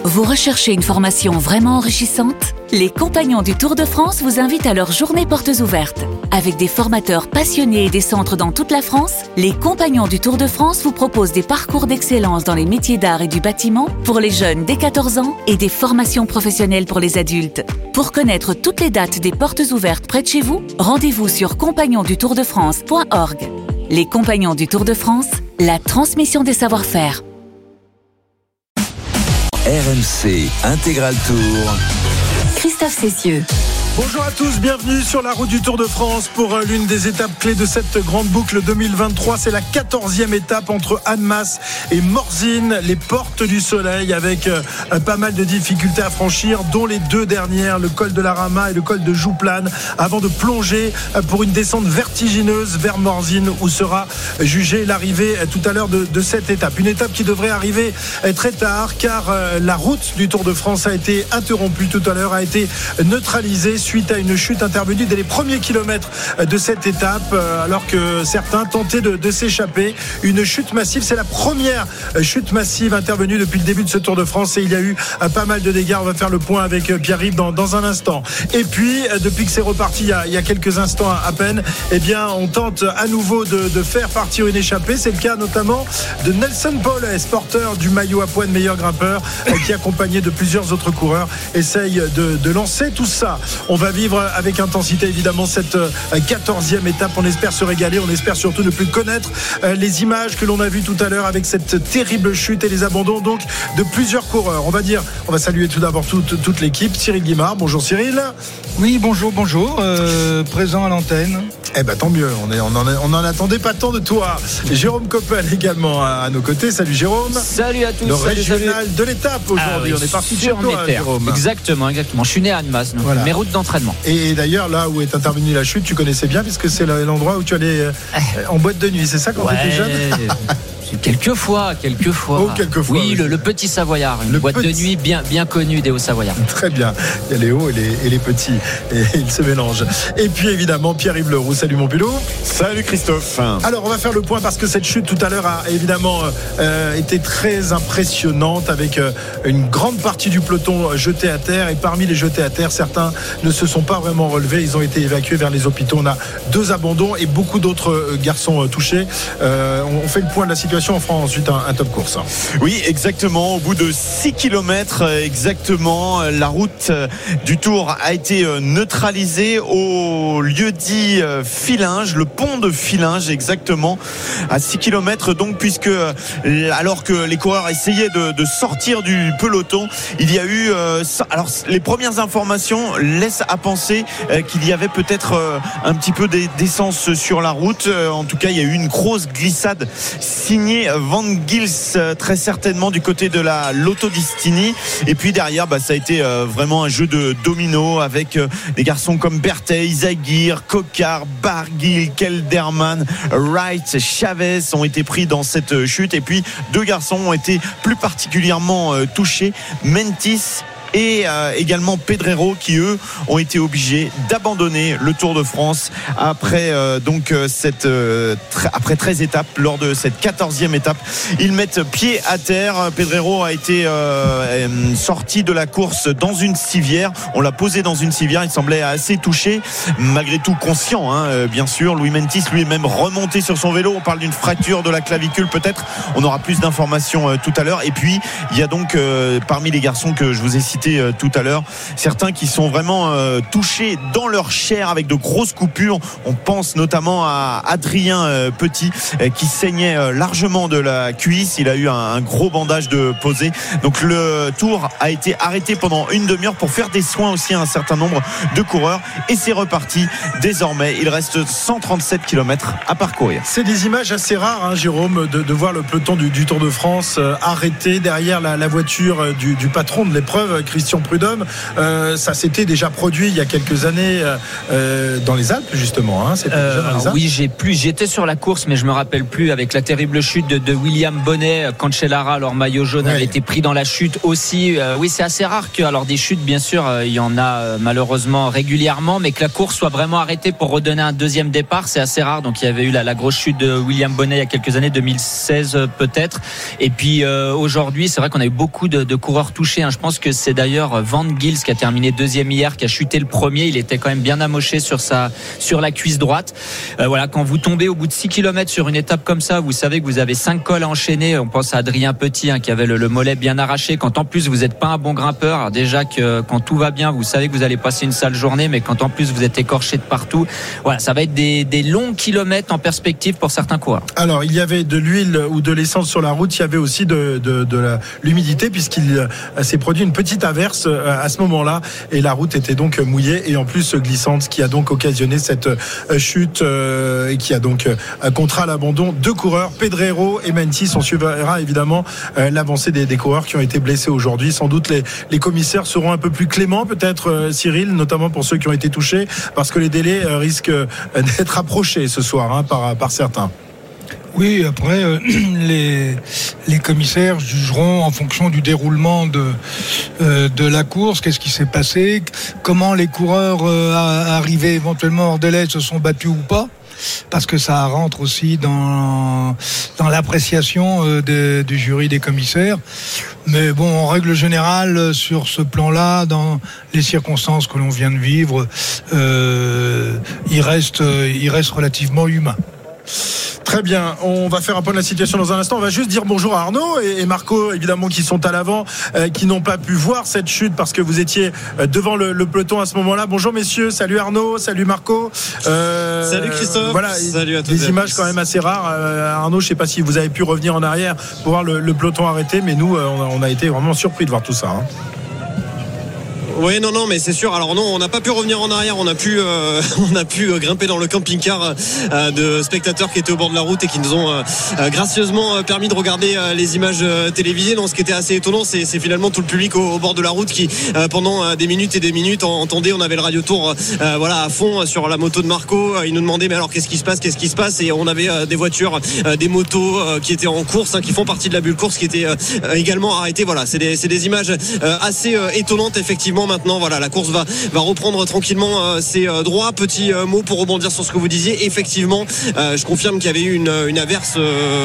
Vous recherchez une formation vraiment enrichissante ? Les Compagnons du Tour de France vous invitent à leur journée portes ouvertes. Avec des formateurs passionnés et des centres dans toute la France, les Compagnons du Tour de France vous proposent des parcours d'excellence dans les métiers d'art et du bâtiment pour les jeunes dès 14 ans et des formations professionnelles pour les adultes. Pour connaître toutes les dates des portes ouvertes près de chez vous, rendez-vous sur compagnonsdutourdefrance.org. Les Compagnons du Tour de France, la transmission des savoir-faire. RMC Intégral Tour. Christophe Cessieux. Bonjour à tous, bienvenue sur la route du Tour de France pour l'une des étapes clés de cette grande boucle 2023. C'est la 14e étape entre Annemasse et Morzine, les portes du soleil, avec pas mal de difficultés à franchir, dont les deux dernières, le col de la Rama et le col de Jouplane, avant de plonger pour une descente vertigineuse vers Morzine, où sera jugée l'arrivée tout à l'heure de cette étape. Une étape qui devrait arriver très tard, car la route du Tour de France a été interrompue tout à l'heure, a été neutralisée suite à une chute intervenue dès les premiers kilomètres de cette étape, alors que certains tentaient de s'échapper. Une chute massive, c'est la première chute massive intervenue depuis le début de ce Tour de France, et il y a eu pas mal de dégâts. On va faire le point avec Pierre-Yves dans un instant. Et puis, depuis que c'est reparti il y a quelques instants à peine, eh bien, on tente à nouveau de faire partir une échappée. C'est le cas notamment de Nelson Powles, porteur du maillot à poids de meilleur grimpeur, qui, accompagné de plusieurs autres coureurs, essaye de lancer tout ça. On va vivre avec intensité évidemment cette 14e étape. On espère se régaler, on espère surtout ne plus connaître les images que l'on a vues tout à l'heure avec cette terrible chute et les abandons donc de plusieurs coureurs. On va saluer tout d'abord toute l'équipe. Cyril Guimard, bonjour Cyril. Oui, bonjour, présent à l'antenne. Eh ben tant mieux, on en attendait pas tant de toi. Jérôme Coppel également à nos côtés. Salut Jérôme. Salut à tous. Le régional de l'étape aujourd'hui. On est parti sur toi, Jérôme. Exactement. Je suis né à Annemasse, donc voilà. Mes routes d'entraînement. Et d'ailleurs, là où est intervenue la chute, tu connaissais bien, puisque c'est l'endroit où tu allais en boîte de nuit, c'est ça, quand tu étais jeune? Quelquefois. Oh, quelquefois. Oui, le petit Savoyard, une boîte de nuit bien connue des Hauts-Savoyards. Très bien. Il y a les hauts et les petits, et ils se mélangent. Et puis évidemment, Pierre-Yves Leroux. Salut mon Pilot. Salut Christophe. Alors on va faire le point, parce que cette chute tout à l'heure a évidemment été très impressionnante, avec une grande partie du peloton jeté à terre, et parmi les jetés à terre, certains ne se sont pas vraiment relevés. Ils ont été évacués vers les hôpitaux. On a 2 abandons et beaucoup d'autres garçons touchés. On fait le point de la situation. On fera ensuite un top course. Oui, exactement. Au bout de 6 km exactement, la route du Tour a été neutralisée au lieu dit Fillinges, le pont de Fillinges exactement, à 6 km donc, puisque alors que les coureurs essayaient de sortir du peloton, il y a eu alors les premières informations laissent à penser qu'il y avait peut-être un petit peu d'essence sur la route. En tout cas, il y a eu une grosse glissade signée Van Gils, très certainement du côté de la Lotto Destiny. Et puis derrière, ça a été vraiment un jeu de domino, avec des garçons comme Berthet, Izagir, Coquard, Barguil, Kelderman, Wright, Chavez ont été pris dans cette chute. Et puis 2 garçons ont été plus particulièrement touchés, Mentis et également Pedrero, qui eux ont été obligés d'abandonner le Tour de France après après 13 étapes. Lors de cette 14e étape, ils mettent pied à terre. Pedrero a été sorti de la course dans une civière. On l'a posé dans une civière. Il semblait assez touché, malgré tout conscient, bien sûr. Louis Mentis lui est même remonté sur son vélo. On parle d'une fracture de la clavicule peut-être. On aura plus d'informations tout à l'heure. Et puis il y a donc parmi les garçons que je vous ai cités tout à l'heure, certains qui sont vraiment touchés dans leur chair, avec de grosses coupures. On pense notamment à Adrien Petit, qui saignait largement de la cuisse. Il a eu un gros bandage de posé. Donc le Tour a été arrêté pendant une demi-heure pour faire des soins aussi à un certain nombre de coureurs, et c'est reparti désormais. Il reste 137 km à parcourir. C'est des images assez rares, Jérôme, de voir le peloton du Tour de France arrêté derrière la voiture du patron de l'épreuve, Christian Prudhomme. Ça s'était déjà produit il y a quelques années dans les Alpes, justement. C'était déjà dans les Alpes. Oui, j'étais sur la course, mais je me rappelle plus, avec la terrible chute de William Bonnet. Cancellara, leur maillot jaune, avait été pris dans la chute aussi. Oui, c'est assez rare que, alors des chutes, bien sûr, il y en a malheureusement régulièrement, mais que la course soit vraiment arrêtée pour redonner un deuxième départ, c'est assez rare. Donc il y avait eu la grosse chute de William Bonnet il y a quelques années, 2016 peut-être. Et puis aujourd'hui, c'est vrai qu'on a eu beaucoup de coureurs touchés. Je pense que c'est d'ailleurs Van Gils qui a terminé deuxième hier, qui a chuté le premier. Il était quand même bien amoché sur la cuisse droite. Voilà, quand vous tombez au bout de 6 km sur une étape comme ça, vous savez que vous avez 5 cols à enchaîner. On pense à Adrien Petit qui avait le mollet bien arraché. Quand en plus vous n'êtes pas un bon grimpeur, alors déjà que quand tout va bien, vous savez que vous allez passer une sale journée, mais quand en plus vous êtes écorché de partout, voilà, ça va être des longs kilomètres en perspective pour certains coureurs. Alors il y avait de l'huile ou de l'essence sur la route, il y avait aussi de l'humidité, puisqu'il s'est produit une petite averse à ce moment-là, et la route était donc mouillée et en plus glissante, ce qui a donc occasionné cette chute et qui a donc contraint l'abandon. 2 coureurs, Pedrero et Mentis. On suivra évidemment l'avancée des coureurs qui ont été blessés aujourd'hui. Sans doute les commissaires seront un peu plus cléments, peut-être, Cyril, notamment pour ceux qui ont été touchés, parce que les délais risquent d'être approchés ce soir par certains. Oui, après, les commissaires jugeront en fonction du déroulement de la course, qu'est-ce qui s'est passé, comment les coureurs arrivés éventuellement hors délai se sont battus ou pas, parce que ça rentre aussi dans l'appréciation du jury des commissaires. Mais bon, en règle générale, sur ce plan-là, dans les circonstances que l'on vient de vivre, il reste relativement humain. Très bien, on va faire un point de la situation dans un instant. On va juste dire bonjour à Arnaud et Marco, évidemment, qui sont à l'avant, qui n'ont pas pu voir cette chute parce que vous étiez devant le peloton à ce moment-là. Bonjour messieurs, salut Arnaud, salut Marco. Salut Christophe. Voilà, salut à tous. des images quand même assez rares. Arnaud, je ne sais pas si vous avez pu revenir en arrière pour voir le peloton arrêté, mais nous, on a été vraiment surpris de voir tout ça. Oui, non, mais c'est sûr. Alors non, on n'a pas pu revenir en arrière. On a pu grimper dans le camping-car de spectateurs qui étaient au bord de la route et qui nous ont gracieusement permis de regarder les images télévisées. Donc, ce qui était assez étonnant, c'est finalement tout le public au bord de la route qui, pendant des minutes et des minutes, entendait. On avait le radiotour, à fond sur la moto de Marco. Il nous demandait, mais alors qu'est-ce qui se passe? Et on avait des voitures, des motos qui étaient en course, qui font partie de la bulle course, qui étaient également arrêtées. Voilà, c'est des images assez étonnantes, effectivement. Maintenant, voilà, la course va reprendre tranquillement ses droits. Petit mot pour rebondir sur ce que vous disiez. Effectivement, je confirme qu'il y avait eu une averse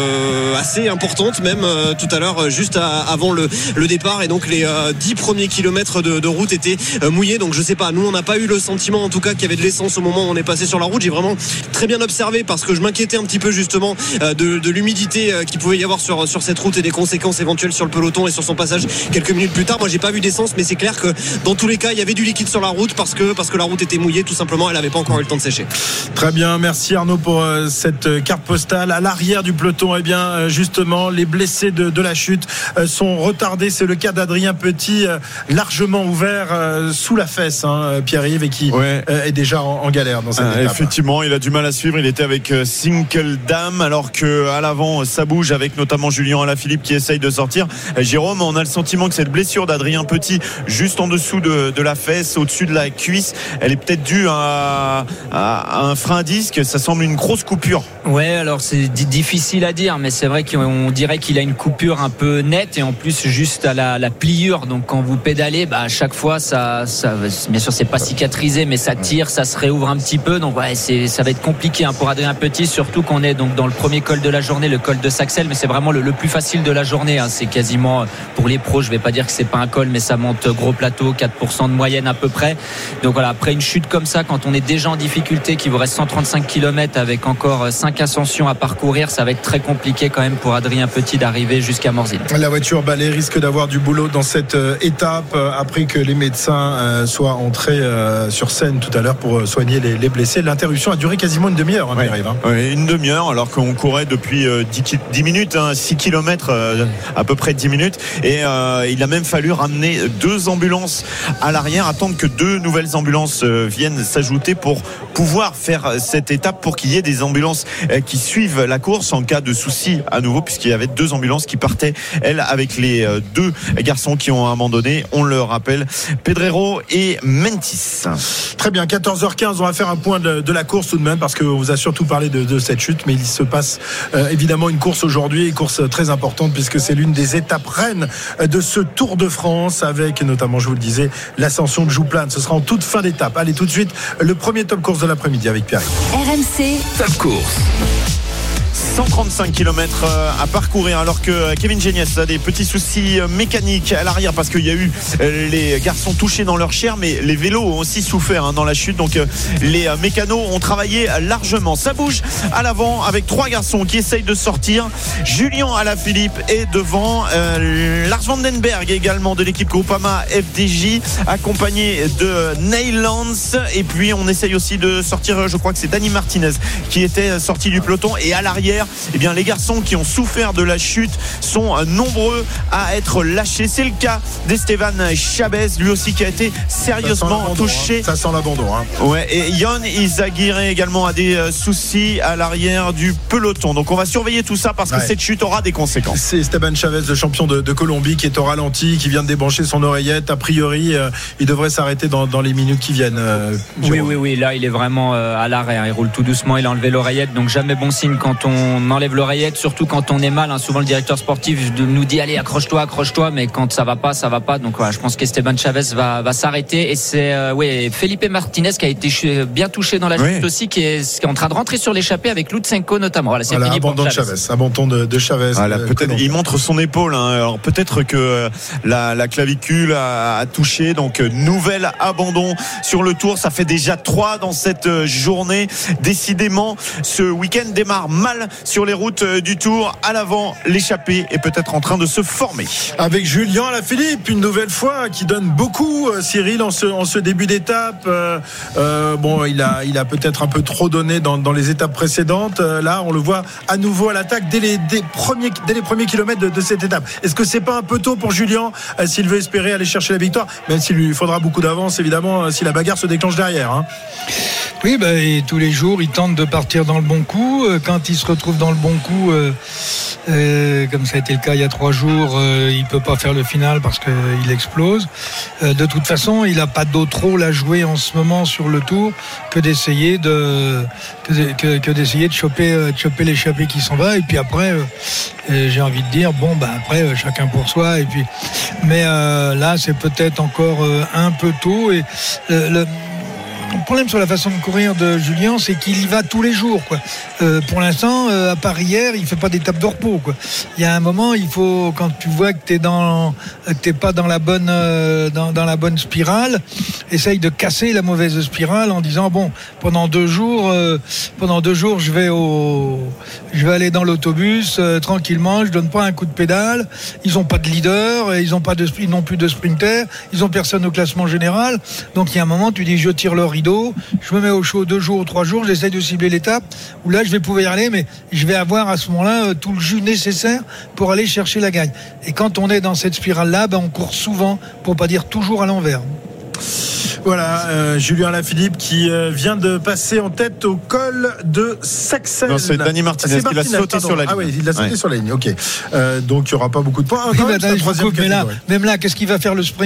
assez importante, même tout à l'heure, juste avant le départ. Et donc, les 10 premiers kilomètres de route étaient mouillés. Donc, je sais pas. Nous, on n'a pas eu le sentiment, en tout cas, qu'il y avait de l'essence au moment où on est passé sur la route. J'ai vraiment très bien observé parce que je m'inquiétais un petit peu, justement, de l'humidité qu'il pouvait y avoir sur cette route et des conséquences éventuelles sur le peloton et sur son passage quelques minutes plus tard. Moi, j'ai pas vu d'essence, mais c'est clair que dans tous les cas, il y avait du liquide sur la route parce que la route était mouillée, tout simplement. Elle n'avait pas encore eu le temps de sécher. Très bien, merci Arnaud pour cette carte postale. À l'arrière du peloton, justement, les blessés de la chute sont retardés. C'est le cas d'Adrien Petit, largement ouvert sous la fesse, Pierre-Yves, et qui est déjà en galère dans cette étape. Effectivement, il a du mal à suivre. Il était avec Sinkeldam, alors qu'à l'avant, ça bouge avec notamment Julien Alaphilippe qui essaye de sortir. Jérôme, on a le sentiment que cette blessure d'Adrien Petit, juste en dessous de la fesse, au-dessus de la cuisse, elle est peut-être due à un frein à disque. Ça semble une grosse coupure. Ouais, alors c'est difficile à dire, mais c'est vrai qu'on dirait qu'il a une coupure un peu nette et en plus juste à la pliure. Donc quand vous pédalez, à chaque fois, ça bien sûr c'est pas cicatrisé, mais ça tire, ça se réouvre un petit peu. Donc ça va être compliqué pour Adrien Petit, surtout qu'on est donc dans le premier col de la journée, le col de Saxel, mais c'est vraiment le plus facile de la journée. C'est quasiment pour les pros. Je vais pas dire que c'est pas un col, mais ça monte gros plateau, 4% de moyenne à peu près. Donc voilà, après une chute comme ça, quand on est déjà en difficulté, qu'il vous reste 135 km avec encore 5 ascensions à parcourir, ça va être très compliqué quand même pour Adrien Petit d'arriver jusqu'à Morzine. La voiture balai risque d'avoir du boulot dans cette étape après que les médecins soient entrés sur scène tout à l'heure pour soigner les blessés. L'interruption a duré quasiment une demi-heure, une demi-heure, alors qu'on courait depuis 10 minutes, 6 km à peu près 10 minutes, et il a même fallu ramener 2 ambulances à l'arrière, attendre que 2 nouvelles ambulances viennent s'ajouter pour pouvoir faire cette étape, pour qu'il y ait des ambulances qui suivent la course en cas de souci à nouveau, puisqu'il y avait 2 ambulances qui partaient, elles, avec les 2 garçons qui ont abandonné, on le rappelle, Pedrero et Mentis. Très bien, 14h15, on va faire un point de la course tout de même, parce qu'on vous a surtout parlé de cette chute, mais il se passe évidemment une course aujourd'hui, une course très importante, puisque c'est l'une des étapes reines de ce Tour de France, avec notamment, je vous le disais, l'ascension de Jouplane. Ce sera en toute fin d'étape. Allez, tout de suite, le premier top course de l'après-midi avec Pierre. RMC Top course. 135 km à parcourir, alors que Kevin Géniès a des petits soucis mécaniques à l'arrière, parce qu'il y a eu les garçons touchés dans leur chair, mais les vélos ont aussi souffert dans la chute, donc les mécanos ont travaillé largement. Ça bouge à l'avant avec 3 garçons qui essayent de sortir. Julien Alaphilippe est devant, Lars van den Berg également de l'équipe Groupama FDJ, accompagné de Neylands, et puis on essaye aussi de sortir, je crois que c'est Dani Martinez qui était sorti du peloton, et à l'arrière, eh bien, les garçons qui ont souffert de la chute sont nombreux à être lâchés. C'est le cas d'Esteban Chavez, lui aussi qui a été sérieusement touché. Ça sent l'abandon. Ouais, et Yon Izagirre également a des soucis à l'arrière du peloton. Donc on va surveiller tout ça, parce que cette chute aura des conséquences. C'est Esteban Chavez, le champion de Colombie, qui est au ralenti, qui vient de débrancher son oreillette. A priori, il devrait s'arrêter dans les minutes qui viennent. Oui, là il est vraiment à l'arrêt. Il roule tout doucement, il a enlevé l'oreillette, donc jamais bon signe quand on enlève l'oreillette, surtout quand on est mal. Souvent le directeur sportif nous dit allez, accroche-toi, mais quand ça va pas. Donc voilà, je pense qu'Esteban Chavez va s'arrêter, et c'est Felipe Martinez qui a été bien touché dans la chute aussi, qui est en train de rentrer sur l'échappée avec Lutsenko notamment. Voilà, c'est fini abandon pour Chavez. Abandon de Chavez. Voilà, peut-être, il montre son épaule, alors peut-être que la clavicule a touché, donc nouvel abandon sur le Tour. Ça fait déjà 3 dans cette journée. Décidément, ce week-end démarre mal sur les routes du Tour. À l'avant, l'échappée est peut-être en train de se former. Avec Julien Alaphilippe, une nouvelle fois, qui donne beaucoup, Cyril, en ce début d'étape. Il a peut-être un peu trop donné dans les étapes précédentes. Là, on le voit à nouveau à l'attaque dès les premiers kilomètres de cette étape. Est-ce que c'est pas un peu tôt pour Julien, s'il veut espérer aller chercher la victoire, même s'il lui faudra beaucoup d'avance, évidemment, si la bagarre se déclenche derrière, Oui, et tous les jours, il tente de partir dans le bon coup. Quand il se retrouve dans le bon coup, comme ça a été le cas il y a 3 jours, il peut pas faire le final parce qu'il explose. De toute façon, il n'a pas d'autre rôle à jouer en ce moment sur le Tour que d'essayer de choper l'échappée qui s'en va. Et puis après, j'ai envie de dire, après, chacun pour soi. Et puis, mais là, c'est peut-être encore un peu tôt. Et le problème sur la façon de courir de Julien, c'est qu'il y va tous les jours, pour l'instant, à part hier, il fait pas d'étape de repos, Il y a un moment, il faut, quand tu vois que t'es pas dans la bonne spirale, essaye de casser la mauvaise spirale en disant pendant 2 jours, je vais aller dans l'autobus tranquillement, je donne pas un coup de pédale. Ils ont pas de leader, ils n'ont plus de sprinter, ils ont personne au classement général. Donc il y a un moment, tu dis je tire le rideau, je me mets au chaud 2 jours ou 3 jours, j'essaye de cibler l'étape où là je vais pouvoir y aller, mais je vais avoir à ce moment-là tout le jus nécessaire pour aller chercher la gagne. Et quand on est dans cette spirale-là, on court souvent, pour pas dire toujours, à l'envers. Voilà, Julien Alaphilippe qui vient de passer en tête au col de Saxel. Non, c'est Dani Martinez qui l'a sauté sur la ligne. Ah oui, il l'a sauté sur la ligne, ok. Donc il n'y aura pas beaucoup de points. Même là, qu'est-ce qu'il va faire le sprint ?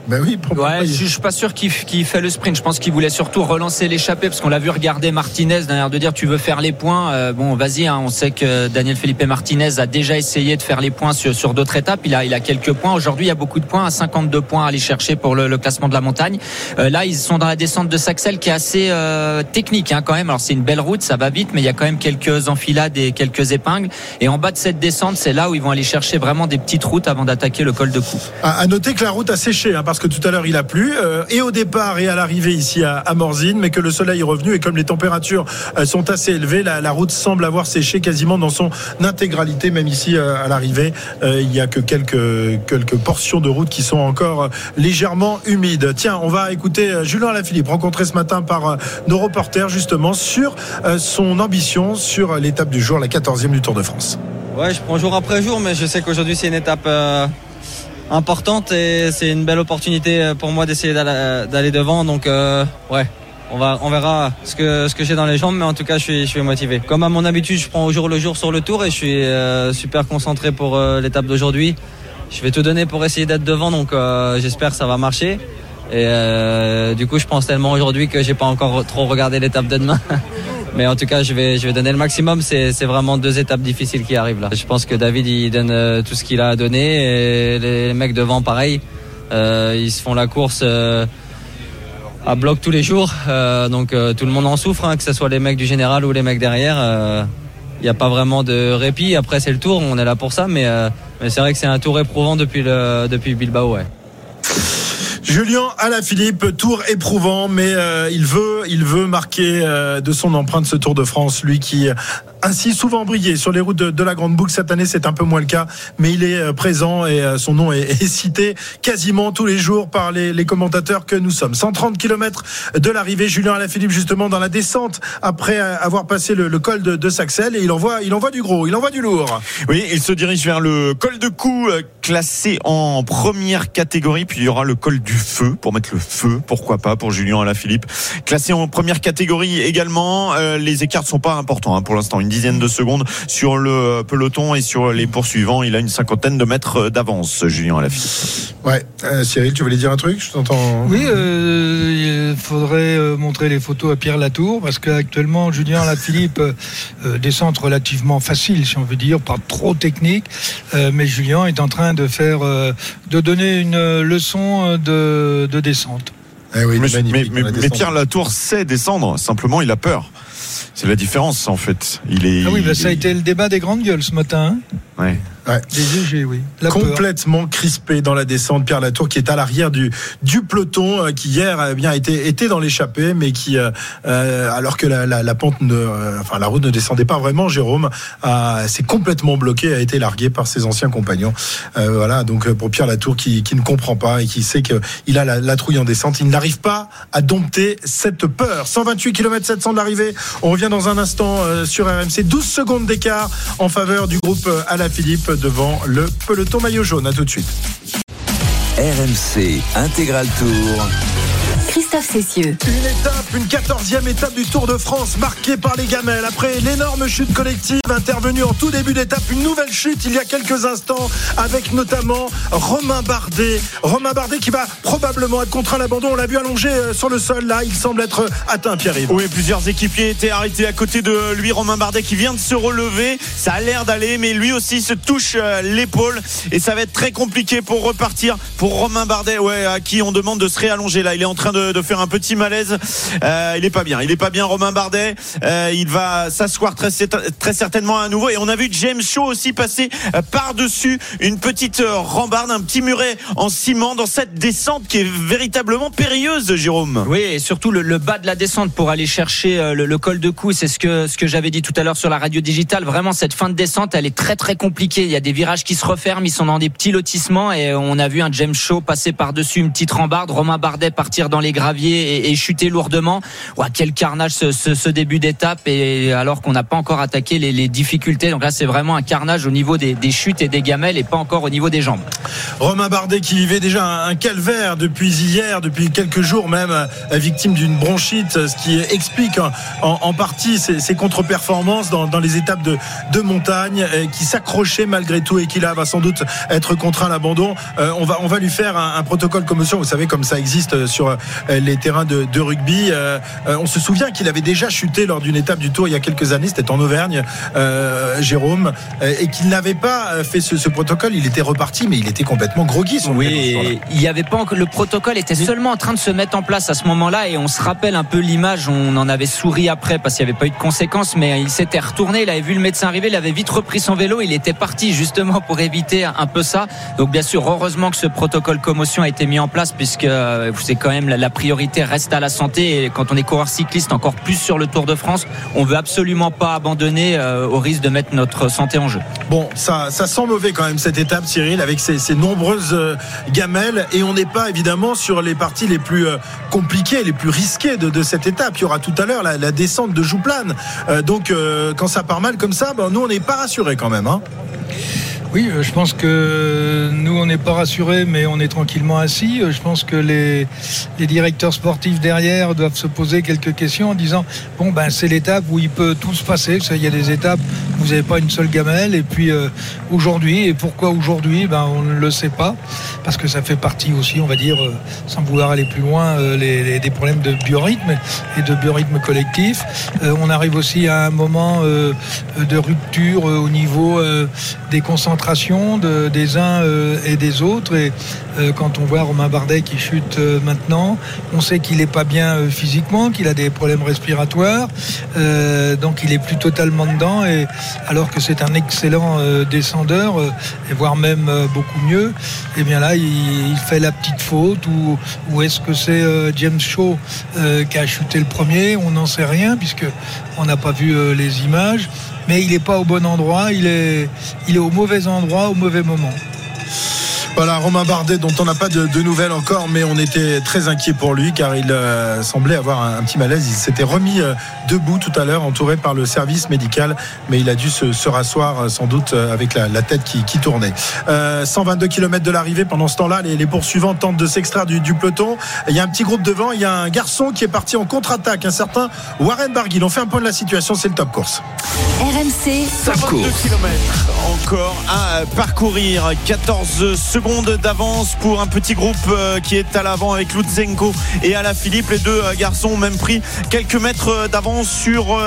Je suis pas sûr qu'il fait le sprint. Je pense qu'il voulait surtout relancer l'échappée, parce qu'on l'a vu regarder Martinez d'un air de dire tu veux faire les points, vas-y, on sait que Daniel Felipe Martinez a déjà essayé de faire les points sur d'autres étapes. Il a quelques points aujourd'hui, il y a beaucoup de points, à 52 points à aller chercher pour le classement de la montagne. Là ils sont dans la descente de Saxel qui est assez technique quand même. Alors c'est une belle route, ça va vite, mais il y a quand même quelques enfilades et quelques épingles, et en bas de cette descente, c'est là où ils vont aller chercher vraiment des petites routes avant d'attaquer le col de Cou. À noter que la route a séché, parce que tout à l'heure il a plu, et au départ et à l'arrivée ici à Morzine, mais que le soleil est revenu, et comme les températures sont assez élevées, la route semble avoir séché quasiment dans son intégralité. Même ici à l'arrivée, il n'y a que quelques portions de route qui sont encore légèrement humides. Tiens, on va écouter Julien Alaphilippe, rencontré ce matin par nos reporters, justement sur son ambition sur l'étape du jour, la 14e du Tour de France. Ouais, je prends jour après jour, mais je sais qu'aujourd'hui c'est une étape importante et c'est une belle opportunité pour moi d'essayer d'aller devant. Donc on verra ce que j'ai dans les jambes, mais en tout cas je suis motivé. Comme à mon habitude, je prends au jour le jour sur le tour et je suis super concentré pour l'étape d'aujourd'hui. Je vais tout donner pour essayer d'être devant, donc j'espère que ça va marcher. Et du coup je pense tellement aujourd'hui que j'ai pas encore trop regardé l'étape de demain. Mais en tout cas je vais donner le maximum. C'est vraiment 2 étapes difficiles qui arrivent là. Je pense que David il donne tout ce qu'il a à donner et les mecs devant pareil. Ils se font la course à bloc tous les jours, donc tout le monde en souffre, que ce soit les mecs du général ou les mecs derrière. Il n'y a pas vraiment de répit. Après c'est le tour, on est là pour ça, mais c'est vrai que c'est un tour éprouvant depuis Bilbao. Ouais. Julien Alaphilippe, tour éprouvant, mais il veut marquer de son empreinte ce Tour de France, lui qui ainsi souvent brillé sur les routes de la Grande Boucle. Cette année, c'est un peu moins le cas, mais il est présent et son nom est cité quasiment tous les jours par les commentateurs que nous sommes. 130 km de l'arrivée, Julien Alaphilippe justement dans la descente après avoir passé le col de Saxel, et il envoie du gros, il envoie du lourd. Oui, il se dirige vers le col de Cou, classé en première catégorie, puis il y aura le col du Feu pour mettre le feu, pourquoi pas, pour Julien Alaphilippe, classé en première catégorie également. Les écarts ne sont pas importants pour l'instant, une dizaine de secondes sur le peloton, et sur les poursuivants il a une 50aine de mètres d'avance, Julien Alaphilippe. Ouais, Cyril, tu voulais dire un truc? Je t'entends. Oui, il faudrait montrer les photos à Pierre Latour, parce qu'actuellement Julien Alaphilippe descend relativement facile, si on veut dire, pas trop technique, mais Julien est en train de donner une leçon de descente. Oui, mais Pierre Latour sait descendre, simplement il a peur. C'est la différence en fait. Ça a été le débat des grandes gueules ce matin. Ouais. Des EG, oui. Complètement crispé dans la descente, Pierre Latour, qui est à l'arrière du peloton, qui hier était dans l'échappée, mais qui alors que la pente la route ne descendait pas vraiment, Jérôme s'est complètement bloqué, a été largué par ses anciens compagnons. Donc pour Pierre Latour qui ne comprend pas et qui sait qu'il a la trouille en descente, il n'arrive pas à dompter cette peur. 128 km 700 de l'arrivée. On revient dans un instant sur RMC. 12 secondes d'écart en faveur du groupe Alaphilippe devant le peloton maillot jaune. À tout de suite. RMC Intégral Tour. Christophe Cessieux. Une 14e étape du Tour de France marquée par les gamelles. Après l'énorme chute collective intervenue en tout début d'étape, une nouvelle chute il y a quelques instants avec notamment Romain Bardet. Romain Bardet qui va probablement être contraint à l'abandon. On l'a vu allongé sur le sol là. Il semble être atteint, Pierre-Yves. Oui, plusieurs équipiers étaient arrêtés à côté de lui. Romain Bardet qui vient de se relever. Ça a l'air d'aller, mais lui aussi se touche l'épaule. Et ça va être très compliqué pour repartir pour Romain Bardet, à qui on demande de se réallonger là. Il est en train de faire un petit malaise. Il est pas bien Romain Bardet. Il va s'asseoir très certainement à nouveau, et on a vu James Shaw aussi passer par-dessus une petite rambarde, un petit muret en ciment dans cette descente qui est véritablement périlleuse, Jérôme. Oui, et surtout le bas de la descente pour aller chercher le col de Cou, c'est ce que j'avais dit tout à l'heure sur la radio digitale. Vraiment, cette fin de descente, elle est très très compliquée. Il y a des virages qui se referment, ils sont dans des petits lotissements, et on a vu un James Shaw passer par-dessus une petite rambarde, Romain Bardet partir dans les graviers et chuter lourdement. Quel carnage ce début d'étape, et alors qu'on n'a pas encore attaqué les difficultés. Donc là, c'est vraiment un carnage au niveau des chutes et des gamelles, et pas encore au niveau des jambes. Romain Bardet qui vivait déjà un calvaire depuis hier, depuis quelques jours même, victime d'une bronchite, ce qui explique en partie ses contre-performances dans les étapes de montagne, qui s'accrochait malgré tout, et qui là va sans doute être contraint à l'abandon. On va lui faire un protocole commotion, vous savez, comme ça existe sur les terrains de rugby. On se souvient qu'il avait déjà chuté lors d'une étape du Tour il y a quelques années, c'était en Auvergne, Jérôme, et qu'il n'avait pas fait ce protocole. Il était reparti, mais il était complètement groggy. Oui, il y avait pas encore, le protocole était seulement en train de se mettre en place à ce moment-là, et on se rappelle un peu l'image. On en avait souri après parce qu'il n'y avait pas eu de conséquences, mais il s'était retourné, il avait vu le médecin arriver, il avait vite repris son vélo, il était parti justement pour éviter un peu ça. Donc bien sûr, heureusement que ce protocole commotion a été mis en place, puisque c'est quand même la priorité reste à la santé, et quand on est coureur cycliste, encore plus sur le Tour de France, on veut absolument pas abandonner au risque de mettre notre santé en jeu. Bon, ça sent mauvais quand même cette étape, Cyril, avec ces nombreuses gamelles, et on n'est pas évidemment sur les parties les plus compliquées, les plus risquées de cette étape. Il y aura tout à l'heure la descente de Jouplane, donc quand ça part mal comme ça, nous on n'est pas rassurés quand même, hein. Oui, je pense que nous, on n'est pas rassurés, mais on est tranquillement assis. Je pense que les directeurs sportifs derrière doivent se poser quelques questions en disant bon, ben, c'est l'étape où il peut tout se passer. Il y a des étapes où vous n'avez pas une seule gamelle. Et puis aujourd'hui, et pourquoi aujourd'hui, ben, on ne le sait pas. Parce que ça fait partie aussi, on va dire, sans vouloir aller plus loin, des problèmes de biorhythme et de biorhythme collectif. On arrive aussi à un moment de rupture au niveau des concentrations des uns et des autres. Et quand on voit Romain Bardet qui chute maintenant, on sait qu'il n'est pas bien physiquement, qu'il a des problèmes respiratoires, donc il n'est plus totalement dedans, et alors que c'est un excellent descendeur, et voire même beaucoup mieux, et bien là il fait la petite faute, ou est-ce que c'est James Shaw qui a chuté le premier? On n'en sait rien puisque on n'a pas vu les images, mais il n'est pas au bon endroit, il est au mauvais endroit au mauvais moment. Voilà, Romain Bardet, dont on n'a pas de nouvelles encore, mais on était très inquiet pour lui car il semblait avoir un petit malaise. Il s'était remis debout tout à l'heure, entouré par le service médical, mais il a dû se rasseoir sans doute avec la tête qui tournait. 122 km de l'arrivée. Pendant ce temps-là, les poursuivants tentent de s'extraire du peloton. Il y a un petit groupe devant, il y a un garçon qui est parti en contre-attaque, un certain Warren Barguil. On fait un point de la situation, c'est le Top Course. RMC, 52 km encore à parcourir, 14 secondes d'avance pour un petit groupe qui est à l'avant avec Lutsenko et Alaphilippe. Les deux garçons ont même pris quelques mètres d'avance sur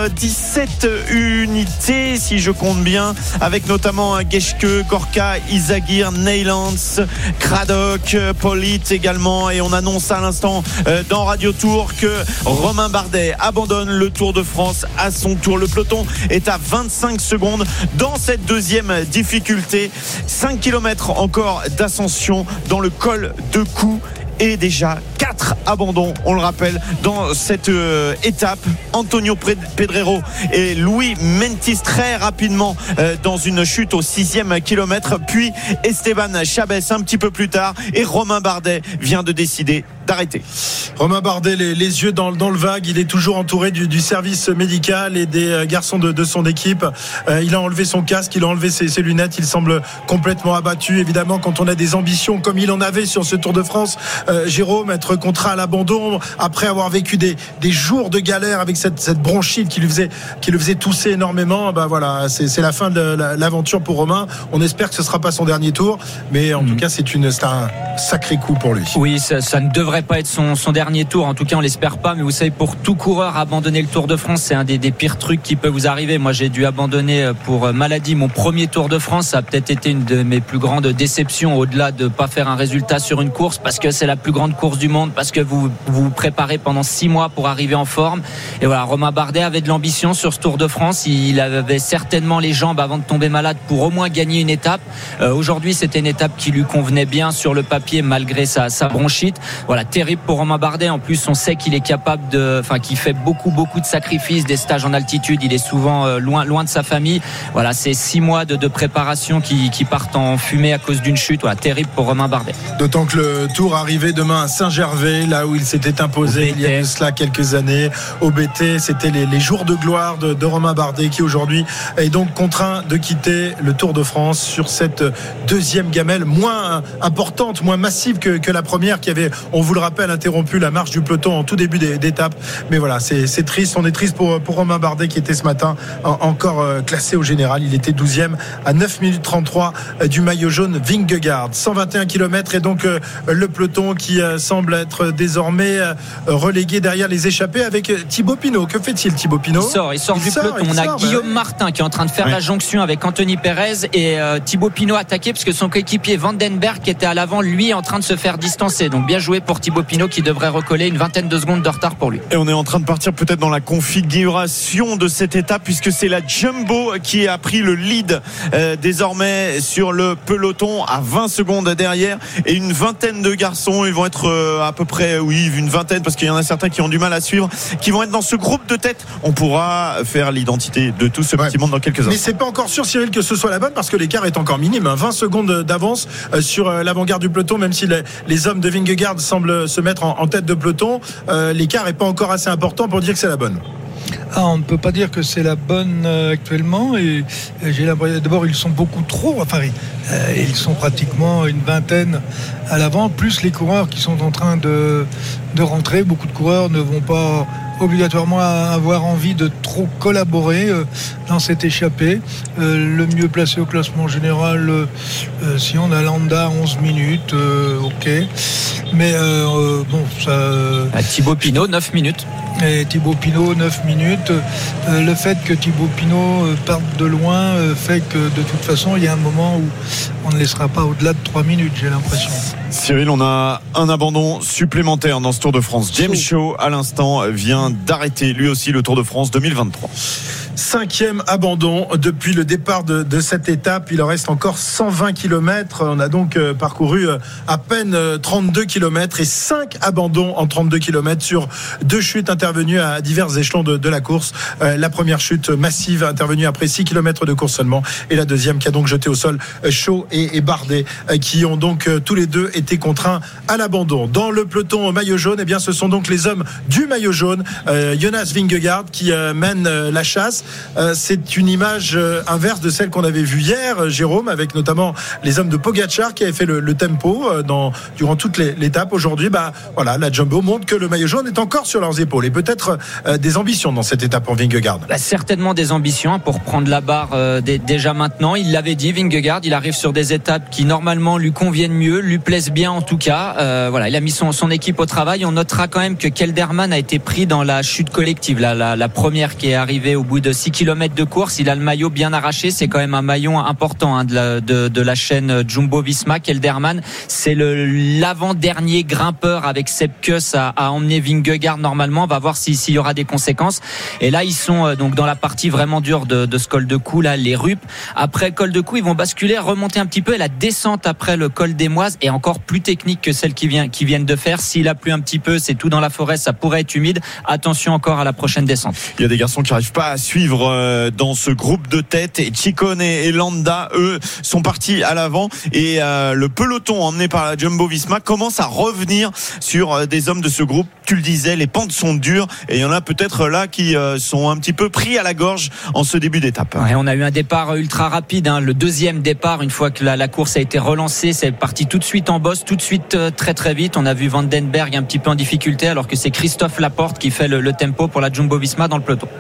17 unités si je compte bien, avec notamment Geschke, Gorka, Izagir, Neylands, Craddock, Polit également. Et on annonce à l'instant dans Radio Tour que Romain Bardet abandonne le Tour de France à son tour. Le peloton est à 25 secondes dans cette deuxième difficulté. 5 km encore d'ascension dans le col de Cou. Et déjà 4 abandons, on le rappelle, dans cette étape. Antonio Pedrero et Louis Mentis très rapidement dans une chute au 6e kilomètre. Puis Esteban Chabès un petit peu plus tard. Et Romain Bardet vient de décider d'arrêter. Romain Bardet, les yeux dans le vague. Il est toujours entouré du service médical et des garçons de son équipe. Il a enlevé son casque, il a enlevé ses lunettes. Il semble complètement abattu. Évidemment, quand on a des ambitions comme il en avait sur ce Tour de France, Jérôme, être contraint à l'abandon après avoir vécu des jours de galère avec cette bronchite qui le faisait tousser énormément, voilà, c'est la fin de l'aventure pour Romain. On espère que ce ne sera pas son dernier tour, mais en tout cas c'est un sacré coup pour lui. Oui, ça ne devrait pas être son dernier tour, en tout cas on l'espère pas, mais vous savez, pour tout coureur, abandonner le Tour de France, c'est un des pires trucs qui peut vous arriver. Moi j'ai dû abandonner pour maladie mon premier Tour de France. Ça a peut-être été une de mes plus grandes déceptions, au-delà de ne pas faire un résultat sur une course, parce que c'est la plus grande course du monde, parce que vous vous préparez pendant 6 mois pour arriver en forme. Et voilà, Romain Bardet avait de l'ambition sur ce Tour de France. Il avait certainement les jambes avant de tomber malade pour au moins gagner une étape. Aujourd'hui, c'était une étape qui lui convenait bien sur le papier malgré sa bronchite. Voilà, terrible pour Romain Bardet. En plus, on sait qu'il est capable qu'il fait beaucoup de sacrifices, des stages en altitude. Il est souvent loin de sa famille. Voilà, c'est 6 mois de préparation qui partent en fumée à cause d'une chute. Voilà, terrible pour Romain Bardet. D'autant que le Tour arrivait demain à Saint-Gervais, là où il s'était imposé il y a de cela quelques années. Au BT, c'était les jours de gloire de Romain Bardet, qui aujourd'hui est donc contraint de quitter le Tour de France sur cette deuxième gamelle moins importante, moins massive que la première, qui avait, on vous le rappelle, interrompu la marche du peloton en tout début d'étape. Mais voilà, c'est triste. On est triste pour Romain Bardet, qui était ce matin encore classé au général. Il était 12e à 9 minutes 33 du maillot jaune Vingegaard. 121 km et donc le peloton qui semble être désormais relégué derrière les échappés avec Thibaut Pinot. Que fait-il, Thibaut Pinot? Il sort du peloton. On a Guillaume Martin qui est en train de faire la jonction avec Anthony Perez, et Thibaut Pinot attaqué parce que son coéquipier Vandenberg, qui était à l'avant, lui est en train de se faire distancer. Donc bien joué pour Thibaut Pinot, qui devrait recoller, une vingtaine de secondes de retard pour lui. Et on est en train de partir peut-être dans la configuration de cette étape, puisque c'est la Jumbo qui a pris le lead désormais sur le peloton, à 20 secondes derrière, et une vingtaine de garçons. Ils vont être à peu près, une vingtaine, parce qu'il y en a certains qui ont du mal à suivre, qui vont être dans ce groupe de tête. On pourra faire l'identité de tout ce petit monde dans quelques heures. Mais c'est pas encore sûr, Cyril, que ce soit la bonne, parce que l'écart est encore minime, 20 secondes d'avance sur l'avant-garde du peloton. Même si les hommes de Vingegaard semblent se mettre en tête de peloton, l'écart est pas encore assez important pour dire que c'est la bonne. On ne peut pas dire que c'est la bonne actuellement, et j'ai l'impression, d'abord ils sont beaucoup trop, ils sont pratiquement une vingtaine à l'avant, plus les coureurs qui sont en train de rentrer. Beaucoup de coureurs ne vont pas obligatoirement avoir envie de trop collaborer dans cette échappée. Le mieux placé au classement général, si on a Landa 11 minutes, ok, mais Thibaut Pinot 9 minutes. Et Thibaut Pinot 9 minutes. Le fait que Thibaut Pinot parte de loin fait que de toute façon il y a un moment où on ne laissera pas au-delà de 3 minutes, j'ai l'impression. Cyril, on a un abandon supplémentaire dans ce Tour de France. James Shaw, à l'instant, vient d'arrêter lui aussi le Tour de France 2023. 5e abandon depuis le départ de cette étape. Il en reste encore 120 km. On a donc parcouru à peine 32 km et 5 abandons en 32 km sur 2 chutes intervenues à divers échelons de la course. La première chute massive intervenue après 6 km de course seulement, et la deuxième qui a donc jeté au sol Shaw et Bardet, qui ont donc tous les deux été contraints à l'abandon. Dans le peloton maillot jaune, ce sont donc les hommes du maillot jaune, Jonas Vingegaard, qui mène la chasse. C'est une image inverse de celle qu'on avait vue hier, Jérôme, avec notamment les hommes de Pogačar qui avaient fait le tempo durant toute l'étape. Aujourd'hui, la Jumbo montre que le maillot jaune est encore sur leurs épaules, et peut-être des ambitions dans cette étape pour Vingegaard. Certainement des ambitions pour prendre la barre déjà maintenant. Il l'avait dit, Vingegaard, il arrive sur des étapes qui normalement lui conviennent mieux, lui plaisent bien en tout cas. Il a mis son équipe au travail. On notera quand même que Kelderman a été pris dans la chute collective, la première qui est arrivée au bout de 6 km de course. Il a le maillot bien arraché. C'est quand même un maillot important de la chaîne Jumbo-Visma. Kelderman, c'est l'avant-dernier grimpeur avec Sepp Kuss à emmener Vingegaard normalement. On va voir s'il y aura des conséquences. Et là, ils sont donc dans la partie vraiment dure de ce col de Cou, là, les Ruppes. Après le col de Cou, ils vont basculer, remonter un petit peu. Et la descente après le col des Moises est encore plus technique que celle qu'ils viennent de faire. S'il a plu un petit peu, c'est tout dans la forêt, ça pourrait être humide. Attention encore à la prochaine descente. Il y a des garçons qui n'arrivent pas à suivre dans ce groupe de tête, et Ciccone et Landa, eux, sont partis à l'avant, et le peloton emmené par la Jumbo-Visma commence à revenir sur des hommes de ce groupe. Tu le disais, les pentes sont dures, et il y en a peut-être là qui sont un petit peu pris à la gorge en ce début d'étape. Ouais, on a eu un départ ultra rapide, le deuxième départ, une fois que la course a été relancée, c'est parti tout de suite en bosse, tout de suite très très vite. On a vu Van den Berg un petit peu en difficulté, alors que c'est Christophe Laporte qui fait le tempo pour la Jumbo-Visma dans le peloton.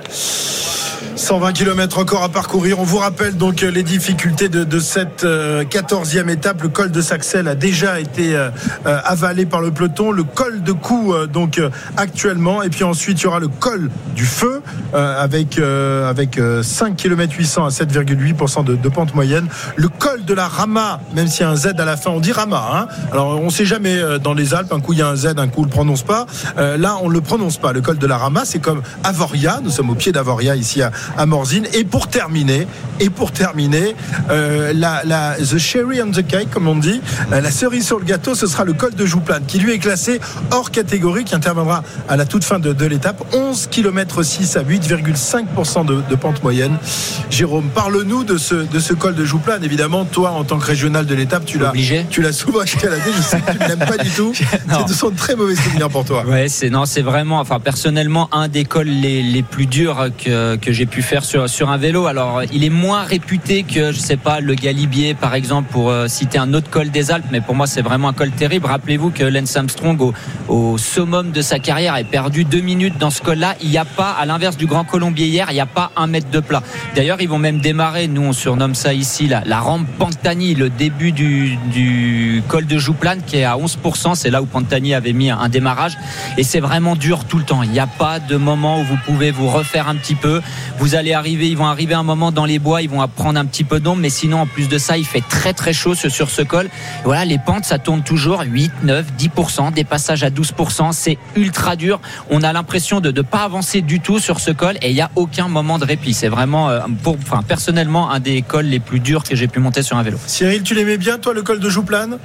120 km encore à parcourir. On vous rappelle donc les difficultés de cette 14e étape. Le col de Saxel a déjà été avalé par le peloton. Le col de Cou actuellement. Et puis ensuite, il y aura le col du Feu avec 5 km 800 à 7,8% de pente moyenne. Le col de la Rama, même s'il y a un Z à la fin, on dit Rama. Alors on ne sait jamais dans les Alpes. Un coup il y a un Z, un coup on ne le prononce pas. Là, on ne le prononce pas. Le col de la Rama, c'est comme Avoria. Nous sommes au pied d'Avoria ici à Morzine. Et pour terminer, the cherry on the cake, comme on dit, la cerise sur le gâteau, ce sera le col de Jouplane, qui lui est classé hors catégorie, qui interviendra à la toute fin de l'étape. 11 km 6 à 8,5% de pente moyenne. Jérôme, parle-nous de ce col de Jouplane. Évidemment, toi, en tant que régional de l'étape, tu l'as souvent escaladé. Je sais que tu ne l'aimes pas du tout. Ce sont de très mauvais souvenirs pour toi. Ouais, c'est vraiment, personnellement, un des cols les plus durs que j'ai pu faire sur un vélo. Alors il est moins réputé que, je sais pas, le Galibier par exemple, pour citer un autre col des Alpes, mais pour moi c'est vraiment un col terrible. Rappelez-vous que Lance Armstrong au summum de sa carrière a perdu 2 minutes dans ce col là. Il n'y a pas, à l'inverse du Grand Colombier hier, il n'y a pas 1 mètre de plat. D'ailleurs ils vont même démarrer, nous on surnomme ça ici la rampe Pantani, le début du col de Jouplane qui est à 11%. C'est là où Pantani avait mis un démarrage, et c'est vraiment dur tout le temps. Il n'y a pas de moment où vous pouvez vous refaire un petit peu. Ils vont arriver un moment dans les bois, ils vont prendre un petit peu d'ombre, mais sinon en plus de ça il fait très très chaud sur ce col. Et voilà, les pentes ça tourne toujours 8, 9, 10%, des passages à 12%, c'est ultra dur. On a l'impression de ne pas avancer du tout sur ce col, et il n'y a aucun moment de répit. C'est vraiment personnellement un des cols les plus durs que j'ai pu monter sur un vélo. Cyril, tu l'aimais bien toi, le col de Jouplane?